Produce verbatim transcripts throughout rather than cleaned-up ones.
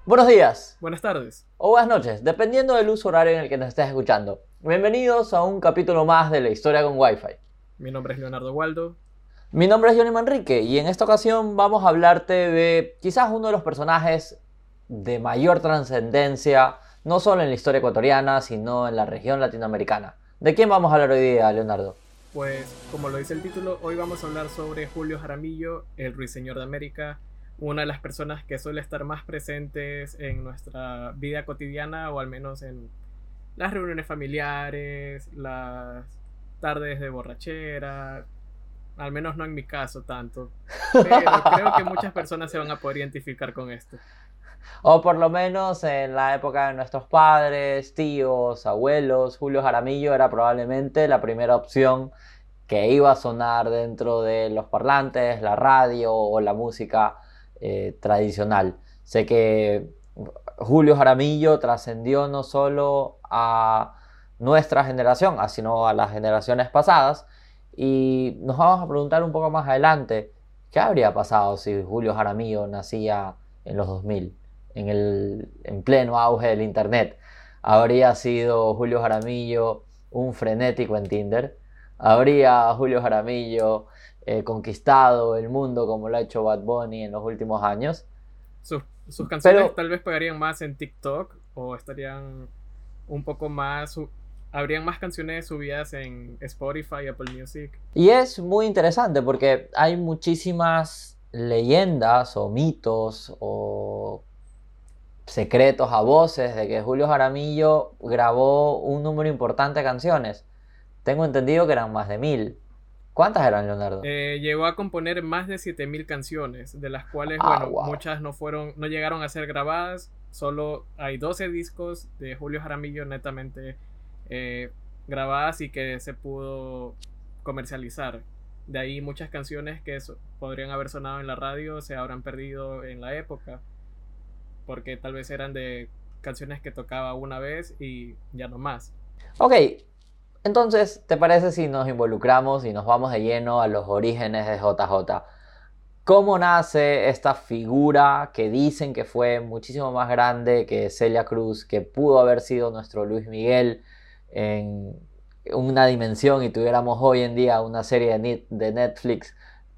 Buenos días, Buenas tardes. o buenas noches, dependiendo del uso horario en el que nos estés escuchando. Bienvenidos a un capítulo más de la historia con Wi-Fi. Mi nombre es Leonardo Waldo. Mi nombre es Johnny Manrique y en esta ocasión vamos a hablarte de quizás uno de los personajes de mayor trascendencia, no solo en la historia ecuatoriana, sino en la región latinoamericana. ¿De quién vamos a hablar hoy día, Leonardo? Pues, como lo dice el título, hoy vamos a hablar sobre Julio Jaramillo, el Ruiseñor de América, una de las personas que suele estar más presentes en nuestra vida cotidiana, o al menos en las reuniones familiares, las tardes de borrachera, al menos no en mi caso tanto, pero creo que muchas personas se van a poder identificar con esto. O por lo menos en la época de nuestros padres, tíos, abuelos, Julio Jaramillo era probablemente la primera opción que iba a sonar dentro de los parlantes, la radio o la música eh, tradicional. Sé que Julio Jaramillo trascendió no solo a nuestra generación, sino a las generaciones pasadas, y nos vamos a preguntar un poco más adelante, ¿qué habría pasado si Julio Jaramillo nacía en los dos mil, en el en pleno auge del internet? ¿Habría sido Julio Jaramillo un frenético en Tinder? ¿Habría Julio Jaramillo eh, conquistado el mundo como lo ha hecho Bad Bunny en los últimos años? Sus, sus canciones Pero, tal vez pegarían más en TikTok o estarían un poco más... Habrían más canciones subidas en Spotify, Apple Music. y es muy interesante porque hay muchísimas leyendas o mitos o secretos a voces de que Julio Jaramillo grabó un número importante de canciones. Tengo entendido que eran más de mil. ¿Cuántas eran, Leonardo? Eh, llegó a componer más de siete mil canciones, de las cuales, Ah, bueno, wow. muchas no fueron, no llegaron a ser grabadas. Solo hay doce discos de Julio Jaramillo netamente eh, grabadas y que se pudo comercializar. De ahí muchas canciones que so- podrían haber sonado en la radio se habrán perdido en la época, porque tal vez eran de canciones que tocaba una vez y ya no más. Ok, entonces, ¿te parece si nos involucramos y nos vamos de lleno a los orígenes de J J? ¿Cómo nace esta figura que dicen que fue muchísimo más grande que Celia Cruz, que pudo haber sido nuestro Luis Miguel en una dimensión y tuviéramos hoy en día una serie de Netflix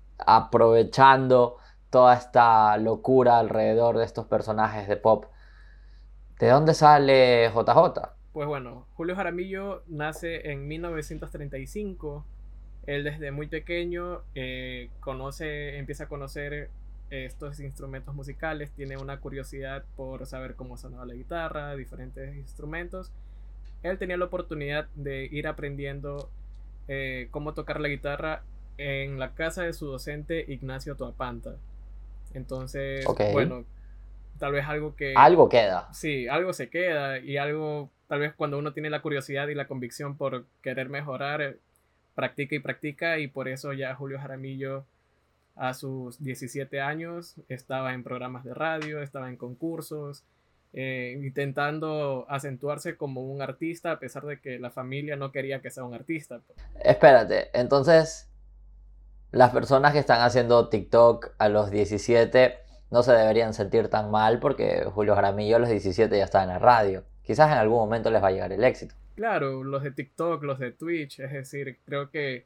aprovechando toda esta locura alrededor de estos personajes de pop? ¿De dónde sale J J? Pues bueno, Julio Jaramillo nace en mil novecientos treinta y cinco. Él desde muy pequeño eh, conoce, empieza a conocer estos instrumentos musicales, tiene una curiosidad por saber cómo sonaba la guitarra, diferentes instrumentos. Él tenía la oportunidad de ir aprendiendo eh, cómo tocar la guitarra en la casa de su docente Ignacio Toapanta. Entonces, Ok, bueno, tal vez algo que algo queda. sí, algo se queda y algo, tal vez cuando uno tiene la curiosidad y la convicción por querer mejorar, eh, practica y practica, y por eso ya Julio Jaramillo a sus diecisiete años estaba en programas de radio, estaba en concursos, eh, intentando acentuarse como un artista a pesar de que la familia no quería que sea un artista. Espérate, entonces las personas que están haciendo TikTok a los diecisiete no se deberían sentir tan mal porque Julio Jaramillo a los diecisiete ya está en la radio. Quizás en algún momento les va a llegar el éxito. Claro, los de TikTok, los de Twitch, es decir, creo que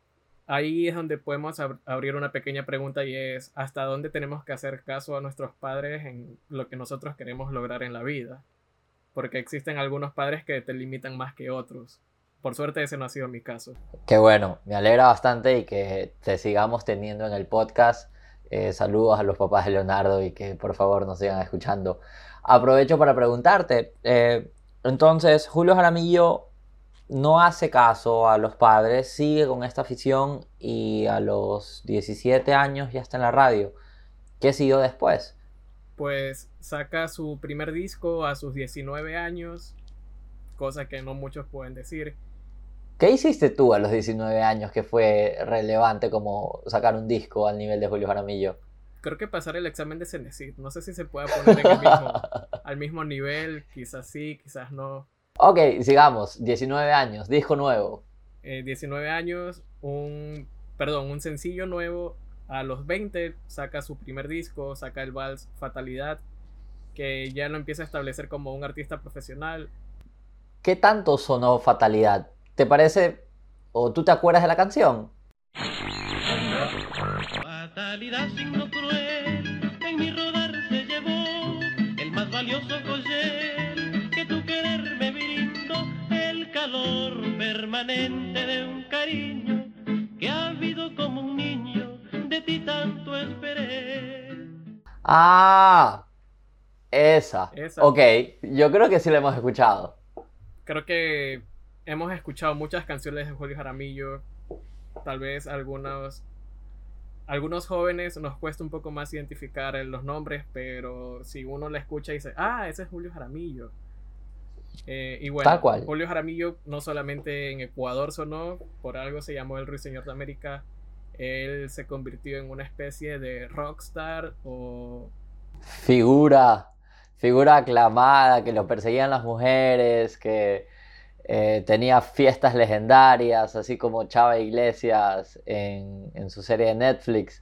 ahí es donde podemos ab- abrir una pequeña pregunta, y es ¿hasta dónde tenemos que hacer caso a nuestros padres en lo que nosotros queremos lograr en la vida? Porque existen algunos padres que te limitan más que otros. Por suerte ese no ha sido mi caso. Qué bueno, me alegra bastante y que te sigamos teniendo en el podcast. Eh, saludos a los papás de Leonardo y que por favor nos sigan escuchando. Aprovecho para preguntarte, eh, entonces Julio Jaramillo no hace caso a los padres, sigue con esta afición y a los diecisiete años ya está en la radio. ¿Qué siguió después? Pues saca su primer disco a sus diecinueve años, cosa que no muchos pueden decir. ¿Qué hiciste tú a los diecinueve años que fue relevante como sacar un disco al nivel de Julio Jaramillo? Creo que pasar el examen de Cenecit, no sé si se puede poner en el mismo, al mismo nivel, quizás sí, quizás no. Ok, sigamos. diecinueve años, disco nuevo. Eh, diecinueve años, un, perdón, un sencillo nuevo. A los veinte saca su primer disco, saca el vals Fatalidad. que ya lo empieza a establecer como un artista profesional. ¿Qué tanto sonó Fatalidad? ¿Te parece o tú te acuerdas de la canción? Fatalidad, signo cruel, en mi rodar se llevó el más valioso collar que tu querer me brindó, el calor permanente de un cariño que ha habido como un niño, de ti tanto esperé. Ah, esa. Esa. Ok, yo creo que sí la hemos escuchado. Creo que hemos escuchado muchas canciones de Julio Jaramillo. Tal vez algunos, algunos jóvenes nos cuesta un poco más identificar los nombres, pero si uno la escucha y dice, ah, ese es Julio Jaramillo. Eh, y bueno, Tal cual. Julio Jaramillo no solamente en Ecuador sonó, por algo se llamó el Ruiseñor de América. Él se convirtió en una especie de rockstar o... Figura, figura aclamada, que lo perseguían las mujeres, que eh, tenía fiestas legendarias, así como Chava Iglesias en, en su serie de Netflix.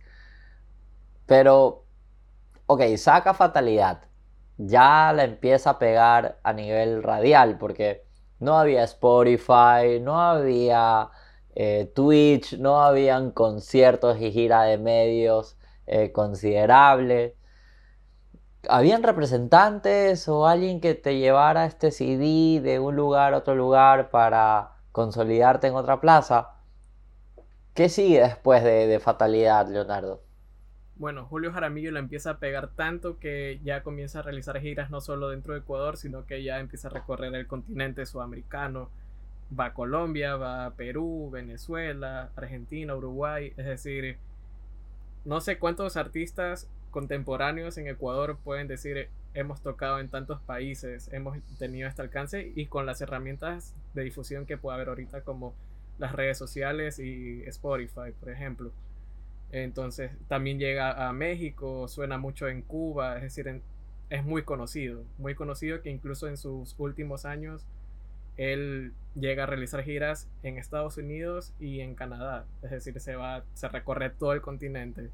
Pero, ok, saca Fatalidad. Ya la empieza a pegar a nivel radial, porque no había Spotify, no había eh, Twitch, no habían conciertos y gira de medios eh, considerables. ¿Habían representantes o alguien que te llevara este C D de un lugar a otro lugar para consolidarte en otra plaza? ¿Qué sigue después de, de Fatalidad, Leonardo? Bueno, Julio Jaramillo la empieza a pegar tanto que ya comienza a realizar giras no solo dentro de Ecuador, sino que ya empieza a recorrer el continente sudamericano. Va a Colombia, va a Perú, Venezuela, Argentina, Uruguay. Es decir, no sé cuántos artistas contemporáneos en Ecuador pueden decir hemos tocado en tantos países, hemos tenido este alcance, y con las herramientas de difusión que puede haber ahorita como las redes sociales y Spotify, por ejemplo. Entonces también llega a México, suena mucho en Cuba, es decir, en, es muy conocido, muy conocido que incluso en sus últimos años él llega a realizar giras en Estados Unidos y en Canadá, es decir, se va, se recorre todo el continente.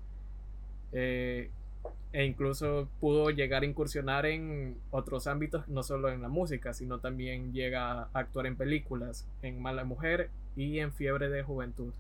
Eh, e incluso pudo llegar a incursionar en otros ámbitos, no solo en la música, sino también llega a actuar en películas, en Mala Mujer y en Fiebre de Juventud.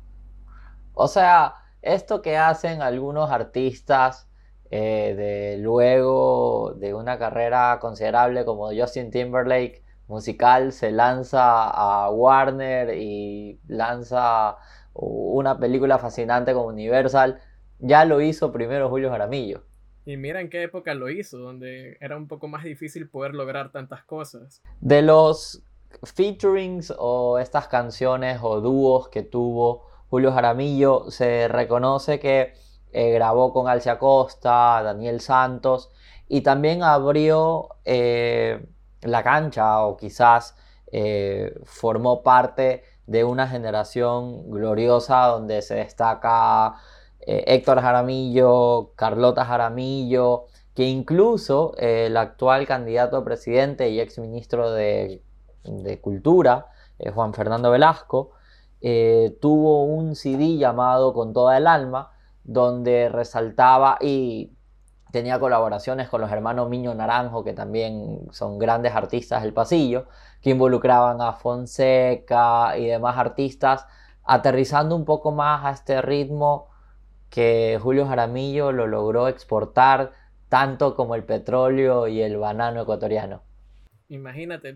O sea, esto que hacen algunos artistas eh, de luego de una carrera considerable como Justin Timberlake musical, se lanza a Warner y lanza una película fascinante como Universal, ya lo hizo primero Julio Jaramillo. Y mira en qué época lo hizo, donde era un poco más difícil poder lograr tantas cosas. De los featurings o estas canciones o dúos que tuvo Julio Jaramillo, se reconoce que eh, grabó con Alcia Costa, Daniel Santos, y también abrió eh, la cancha, o quizás eh, formó parte de una generación gloriosa donde se destaca eh, Héctor Jaramillo, Carlota Jaramillo, que incluso eh, el actual candidato a presidente y ex ministro de, de Cultura, eh, Juan Fernando Velasco, eh, tuvo un C D llamado Con Toda el Alma, donde resaltaba y tenía colaboraciones con los hermanos Miño Naranjo, que también son grandes artistas del pasillo, que involucraban a Fonseca y demás artistas, aterrizando un poco más a este ritmo que Julio Jaramillo lo logró exportar tanto como el petróleo y el banano ecuatoriano. Imagínate.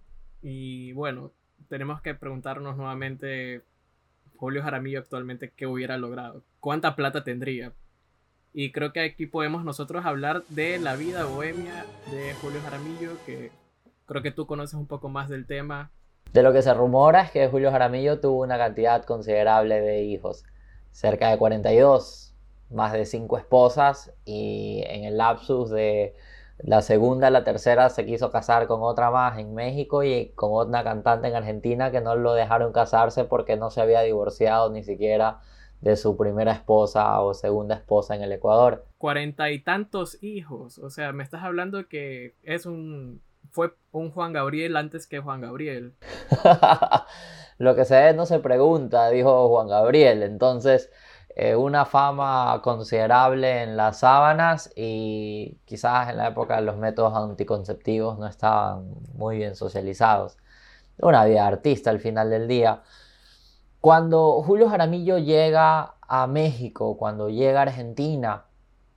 Y bueno, tenemos que preguntarnos nuevamente, Julio Jaramillo actualmente, ¿qué hubiera logrado? ¿Cuánta plata tendría? Y creo que aquí podemos nosotros hablar de la vida bohemia de Julio Jaramillo, que creo que tú conoces un poco más del tema. De lo que se rumora es que Julio Jaramillo tuvo una cantidad considerable de hijos, cerca de cuarenta y dos, más de cinco esposas, y en el lapsus de la segunda a la tercera se quiso casar con otra más en México y con otra cantante en Argentina, que no lo dejaron casarse porque no se había divorciado ni siquiera de su primera esposa o segunda esposa en el Ecuador. Cuarenta y tantos hijos, o sea, me estás hablando que es un fue un Juan Gabriel antes que Juan Gabriel. Lo que se ve no se pregunta, dijo Juan Gabriel. Entonces, eh, una fama considerable en las sábanas y quizás en la época los métodos anticonceptivos no estaban muy bien socializados. Una vida de artista al final del día. Cuando Julio Jaramillo llega a México, cuando llega a Argentina,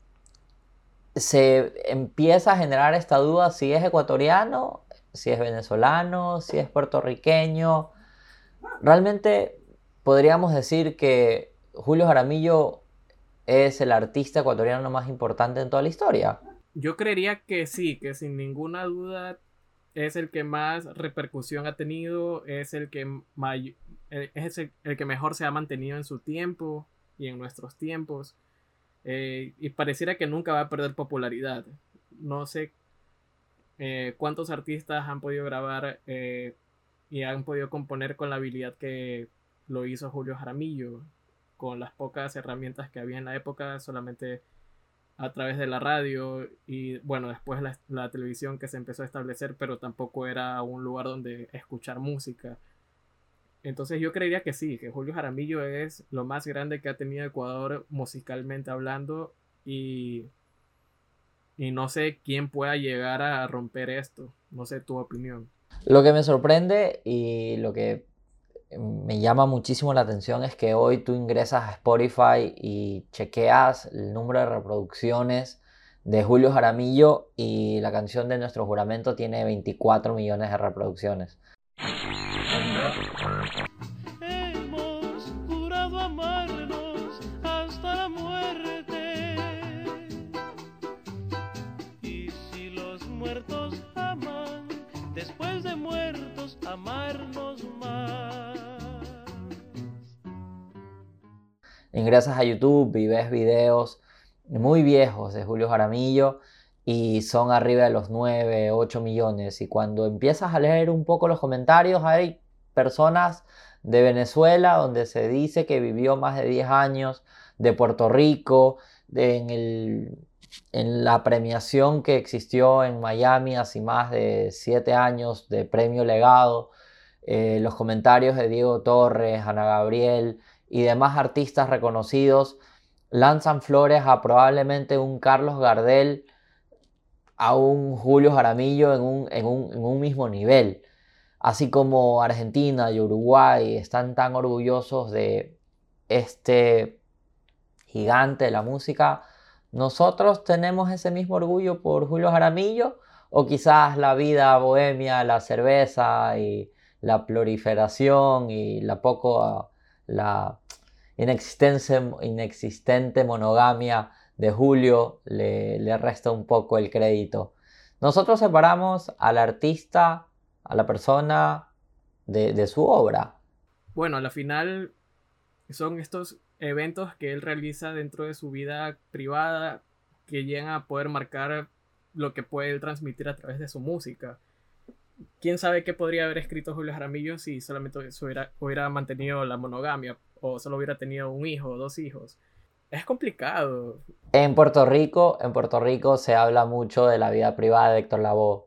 se empieza a generar esta duda si es ecuatoriano, si es venezolano, si es puertorriqueño. Realmente podríamos decir que Julio Jaramillo es el artista ecuatoriano más importante en toda la historia. Yo creería que sí, que sin ninguna duda es el que más repercusión ha tenido, es el que, may- eh, es el, el que mejor se ha mantenido en su tiempo y en nuestros tiempos. Eh, y pareciera que nunca va a perder popularidad. No sé eh, cuántos artistas han podido grabar eh, y han podido componer con la habilidad que lo hizo Julio Jaramillo, con las pocas herramientas que había en la época, solamente a través de la radio y bueno, después la, la televisión que se empezó a establecer, pero tampoco era un lugar donde escuchar música. Entonces yo creería que sí, que Julio Jaramillo es lo más grande que ha tenido Ecuador musicalmente hablando y, y no sé quién pueda llegar a romper esto. No sé tu opinión. Lo que me sorprende y lo que me llama muchísimo la atención es que hoy tú ingresas a Spotify y chequeas el número de reproducciones de Julio Jaramillo y la canción de Nuestro Juramento tiene veinticuatro millones de reproducciones. Hemos jurado amarnos hasta la muerte. Y si los muertos aman, después de muertos amarnos más. Ingresas a YouTube y ves videos muy viejos de Julio Jaramillo y son arriba de los nueve, ocho millones. Y cuando empiezas a leer un poco los comentarios, hay personas de Venezuela donde se dice que vivió más de diez años, de Puerto Rico, de, en, el, en la premiación que existió en Miami hace más de siete años de Premio Legado, eh, los comentarios de Diego Torres, Ana Gabriel y demás artistas reconocidos lanzan flores a probablemente un Carlos Gardel, a un Julio Jaramillo en un, en un, en un mismo nivel. Así como Argentina y Uruguay están tan orgullosos de este gigante de la música, ¿nosotros tenemos ese mismo orgullo por Julio Jaramillo? ¿O quizás la vida bohemia, la cerveza y la proliferación y la poco, la inexistente, inexistente monogamia de Julio le, le resta un poco el crédito? Nosotros separamos al artista, a la persona de, de su obra. Bueno, a la final son estos eventos que él realiza dentro de su vida privada que llegan a poder marcar lo que puede él transmitir a través de su música. ¿Quién sabe qué podría haber escrito Julio Jaramillo si solamente se hubiera, hubiera mantenido la monogamia o solo hubiera tenido un hijo o dos hijos? Es complicado. En Puerto Rico, en Puerto Rico se habla mucho de la vida privada de Héctor Lavoe.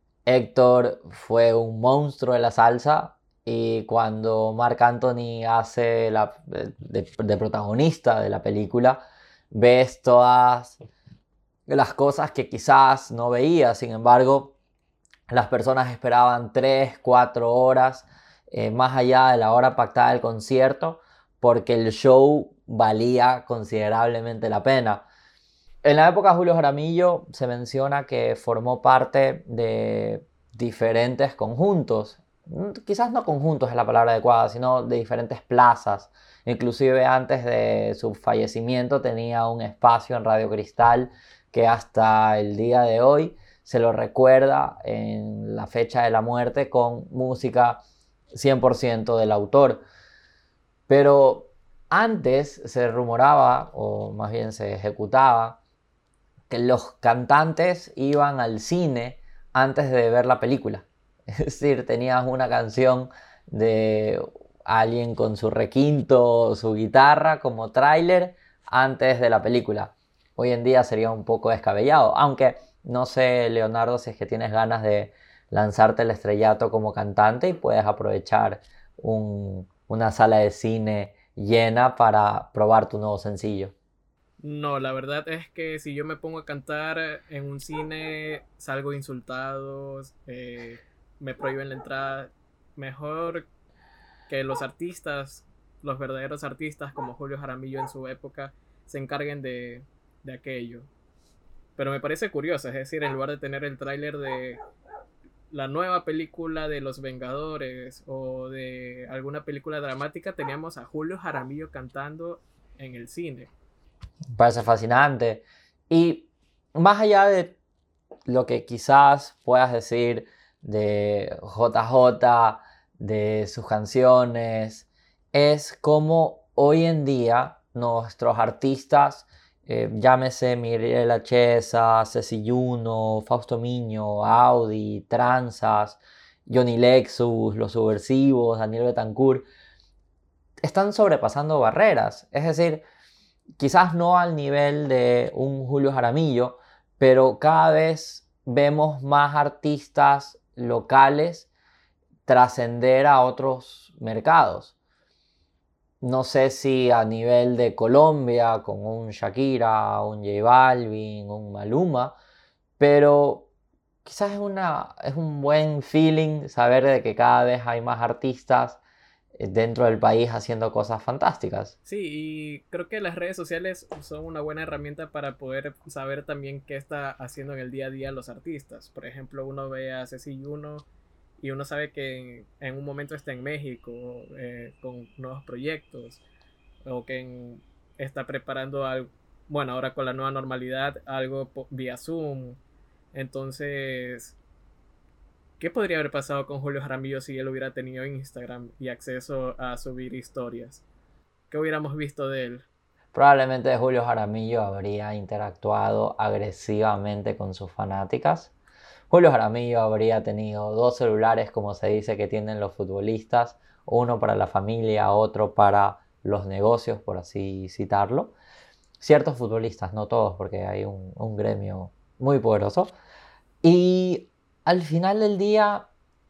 Héctor fue un monstruo de la salsa y cuando Marc Anthony hace la, de, de protagonista de la película, ves todas las cosas que quizás no veía. Sin embargo, las personas esperaban tres, cuatro horas eh, más allá de la hora pactada del concierto porque el show valía considerablemente la pena. En la época de Julio Jaramillo se menciona que formó parte de diferentes conjuntos, quizás no conjuntos es la palabra adecuada, sino de diferentes plazas. Inclusive antes de su fallecimiento tenía un espacio en Radio Cristal que hasta el día de hoy se lo recuerda en la fecha de la muerte con música cien por ciento del autor. Pero antes se rumoraba, o más bien se ejecutaba, que los cantantes iban al cine antes de ver la película. Es decir, tenías una canción de alguien con su requinto, su guitarra como tráiler antes de la película. Hoy en día sería un poco descabellado, aunque no sé, Leonardo, si es que tienes ganas de lanzarte el estrellato como cantante y puedes aprovechar un, una sala de cine llena para probar tu nuevo sencillo? No, la verdad es que si yo me pongo a cantar en un cine, salgo insultado, eh, me prohíben la entrada. Mejor que los artistas, los verdaderos artistas como Julio Jaramillo en su época, se encarguen de, de aquello. Pero me parece curioso, es decir, en lugar de tener el tráiler de la nueva película de Los Vengadores o de alguna película dramática, teníamos a Julio Jaramillo cantando en el cine. Me parece fascinante. Y más allá de lo que quizás puedas decir de J J, de sus canciones, es como hoy en día nuestros artistas, eh, llámese Mirella Chesa, Ceci Juno, Fausto Miño, Audi, Tranzas, Johnny Lexus, Los Subversivos, Daniel Betancourt, están sobrepasando barreras. Es decir, quizás no al nivel de un Julio Jaramillo, pero cada vez vemos más artistas locales trascender a otros mercados. No sé si a nivel de Colombia, con un Shakira, un J Balvin, un Maluma, pero quizás es, una, es un buen feeling saber de que cada vez hay más artistas dentro del país haciendo cosas fantásticas. Sí, y creo que las redes sociales son una buena herramienta para poder saber también qué está haciendo en el día a día los artistas. Por ejemplo, uno ve a Ceci Juno y uno sabe que en, en un momento está en México eh, con nuevos proyectos o que en, está preparando algo, bueno, ahora con la nueva normalidad, algo po- vía Zoom. Entonces, ¿qué podría haber pasado con Julio Jaramillo si él hubiera tenido Instagram y acceso a subir historias? ¿Qué hubiéramos visto de él? Probablemente Julio Jaramillo habría interactuado agresivamente con sus fanáticas. Julio Jaramillo habría tenido dos celulares, como se dice que tienen los futbolistas, uno para la familia, otro para los negocios, por así citarlo. Ciertos futbolistas, no todos, porque hay un, un gremio muy poderoso. Y al final del día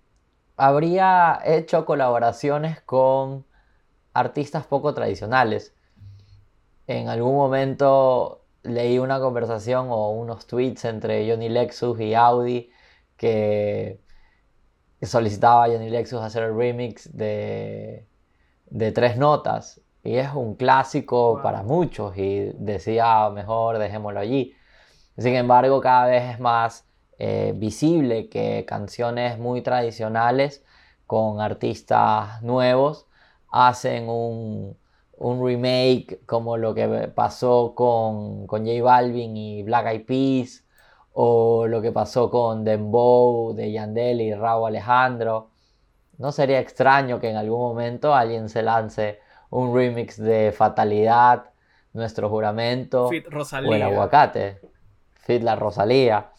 habría hecho colaboraciones con artistas poco tradicionales. En algún momento leí una conversación o unos tweets entre Johnny Lexus y Audi que solicitaba a Johnny Lexus hacer el remix de, de Tres Notas. Y es un clásico para Wow. muchos y decía, mejor dejémoslo allí. Sin embargo, cada vez es más eh, visible que canciones muy tradicionales con artistas nuevos hacen un, un remake como lo que pasó con, con J Balvin y Black Eyed Peas o lo que pasó con Dembow de Yandel y Rauw Alejandro. No sería extraño que en algún momento alguien se lance un remix de Fatalidad, Nuestro Juramento Fit o El Rosalía. Aguacate. Fit la Rosalía.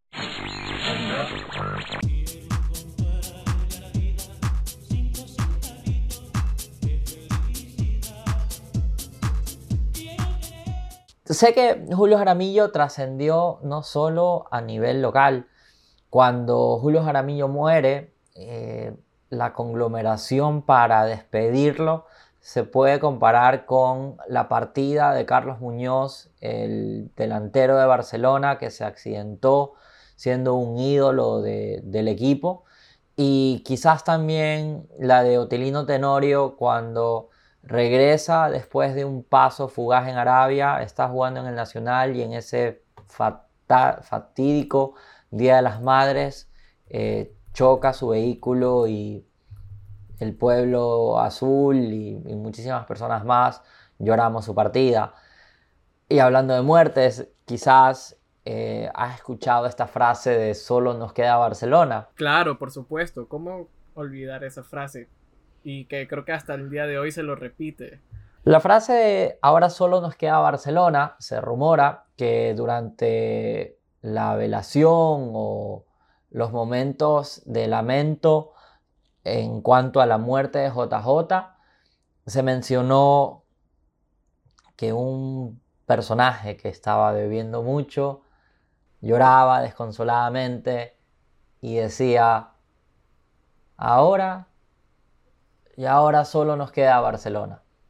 Sé que Julio Jaramillo trascendió no solo a nivel local. Cuando Julio Jaramillo muere, eh, la conglomeración para despedirlo se puede comparar con la partida de Carlos Muñoz, el delantero de Barcelona que se accidentó siendo un ídolo de- del equipo. Y quizás también la de Otilino Tenorio cuando regresa después de un paso fugaz en Arabia, está jugando en el Nacional y en ese fata- fatídico Día de las Madres eh, choca su vehículo y el pueblo azul y, y muchísimas personas más lloramos su partida. Y hablando de muertes, quizás eh, has escuchado esta frase de solo nos queda Barcelona. Claro, por supuesto. ¿Cómo olvidar esa frase? Y que creo que hasta el día de hoy se lo repite. La frase de ahora solo nos queda Barcelona, se rumora que durante la velación o los momentos de lamento en cuanto a la muerte de J J, se mencionó que un personaje que estaba bebiendo mucho lloraba desconsoladamente y decía, ahora y ahora solo nos queda Barcelona.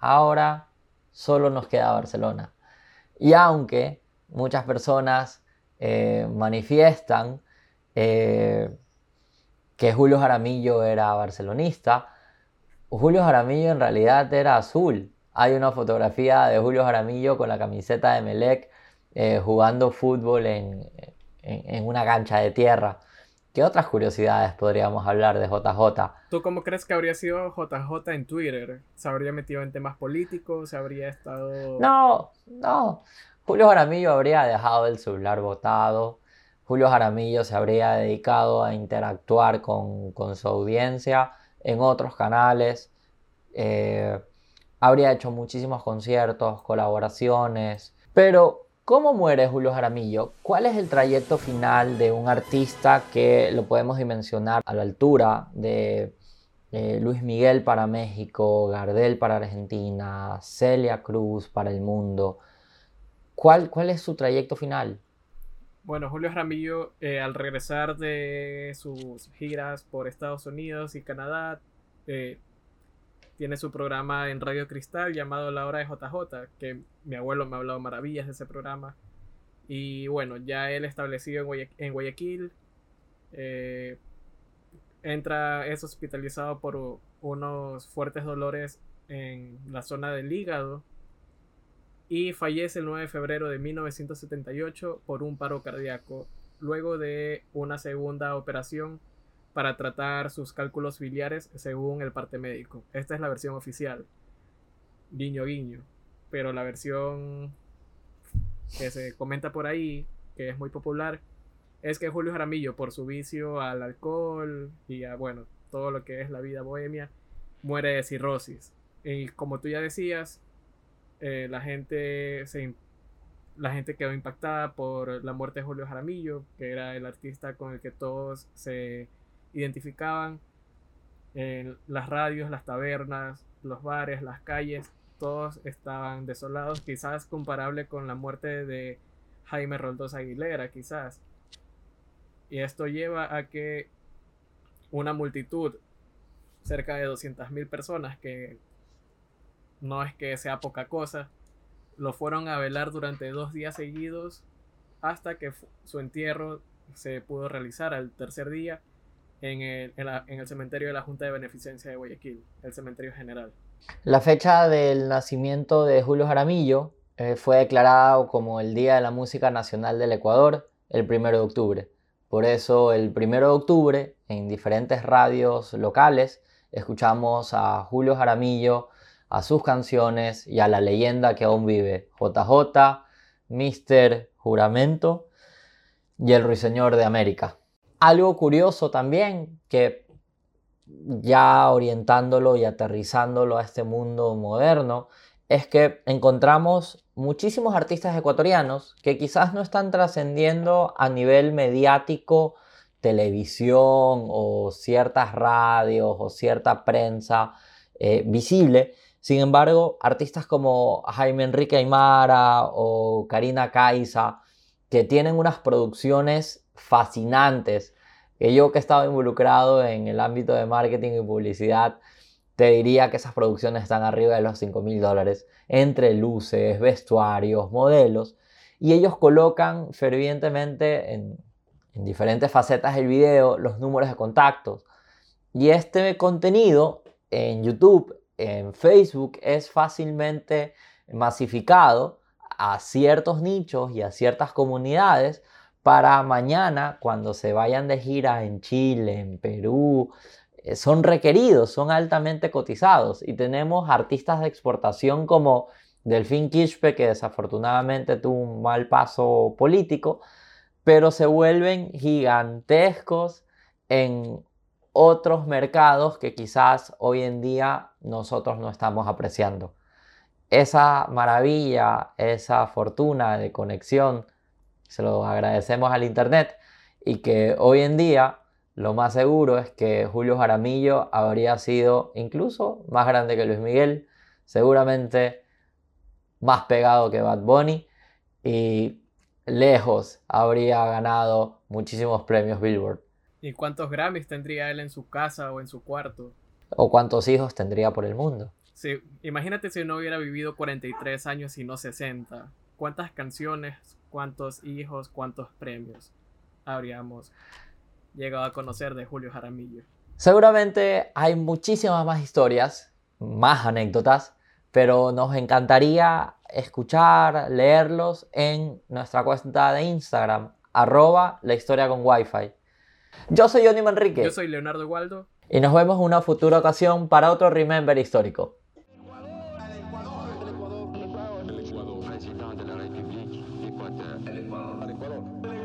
ahora solo nos queda Barcelona. Y aunque muchas personas eh, manifiestan eh, que Julio Jaramillo era barcelonista, Julio Jaramillo en realidad era azul. Hay una fotografía de Julio Jaramillo con la camiseta de Emelec eh, jugando fútbol en, en, en una cancha de tierra. ¿Qué otras curiosidades podríamos hablar de J J? ¿Tú cómo crees que habría sido J J en Twitter? ¿Se habría metido en temas políticos? ¿Se habría estado...? No, no. Julio Jaramillo habría dejado el celular botado. Julio Jaramillo se habría dedicado a interactuar con, con su audiencia en otros canales. Eh, habría hecho muchísimos conciertos, colaboraciones. Pero, ¿cómo muere Julio Jaramillo? ¿Cuál es el trayecto final de un artista que lo podemos dimensionar a la altura de eh, Luis Miguel para México, Gardel para Argentina, Celia Cruz para el mundo? ¿Cuál, cuál es su trayecto final? Bueno, Julio Jaramillo, eh, al regresar de sus giras por Estados Unidos y Canadá, eh, tiene su programa en Radio Cristal llamado La Hora de J J, que mi abuelo me ha hablado maravillas de ese programa. Y bueno, ya él establecido en, Guaya- en Guayaquil, eh, entra, es hospitalizado por u- unos fuertes dolores en la zona del hígado y fallece el nueve de febrero de mil novecientos setenta y ocho por un paro cardíaco, luego de una segunda operación para tratar sus cálculos biliares según el parte médico. Esta es la versión oficial, guiño guiño, pero la versión que se comenta por ahí, que es muy popular, es que Julio Jaramillo, por su vicio al alcohol y a, bueno, todo lo que es la vida bohemia, muere de cirrosis. Y como tú ya decías, eh, la gente se la gente quedó impactada por la muerte de Julio Jaramillo, que era el artista con el que todos se identificaban. En las radios, las tabernas, los bares, las calles, todos estaban desolados, quizás comparable con la muerte de Jaime Roldós Aguilera, quizás. Y esto lleva a que una multitud, cerca de doscientas mil personas, que no es que sea poca cosa, lo fueron a velar durante dos días seguidos hasta que su entierro se pudo realizar al tercer día en el, en, la, en el cementerio de la Junta de Beneficencia de Guayaquil, el cementerio general. La fecha del nacimiento de Julio Jaramillo eh, fue declarada como el Día de la Música Nacional del Ecuador, el primero de octubre. Por eso el primero de octubre, en diferentes radios locales, escuchamos a Julio Jaramillo, a sus canciones y a la leyenda que aún vive, J J, míster Juramento y el Ruiseñor de América. Algo curioso también, que ya orientándolo y aterrizándolo a este mundo moderno, es que encontramos muchísimos artistas ecuatorianos que quizás no están trascendiendo a nivel mediático, televisión o ciertas radios o cierta prensa eh, visible. Sin embargo, artistas como Jaime Enrique Aymara o Karina Caiza, que tienen unas producciones fascinantes, que yo que he estado involucrado en el ámbito de marketing y publicidad, te diría que esas producciones están arriba de los cinco mil dólares, entre luces, vestuarios, modelos, y ellos colocan fervientemente en, en diferentes facetas del video los números de contactos. Y este contenido en YouTube, en Facebook, es fácilmente masificado a ciertos nichos y a ciertas comunidades para mañana, cuando se vayan de gira en Chile, en Perú, eh, son requeridos, son altamente cotizados. Y tenemos artistas de exportación como Delfín Quispe, que desafortunadamente tuvo un mal paso político, pero se vuelven gigantescos en otros mercados que quizás hoy en día nosotros no estamos apreciando. Esa maravilla, esa fortuna de conexión, se lo agradecemos al internet, y que hoy en día lo más seguro es que Julio Jaramillo habría sido incluso más grande que Luis Miguel, seguramente más pegado que Bad Bunny y lejos habría ganado muchísimos premios Billboard. ¿Y cuántos Grammys tendría él en su casa o en su cuarto? ¿O cuántos hijos tendría por el mundo? Sí, imagínate si no hubiera vivido cuarenta y tres años y no sesenta. ¿Cuántas canciones, cuántos hijos, cuántos premios habríamos llegado a conocer de Julio Jaramillo? Seguramente hay muchísimas más historias, más anécdotas, pero nos encantaría escuchar, leerlos en nuestra cuenta de Instagram, arroba la historia con wifi. Yo soy Johnny Manrique. Yo soy Leonardo Waldo. Y nos vemos en una futura ocasión para otro Remember histórico. Président de la République d'Équateur.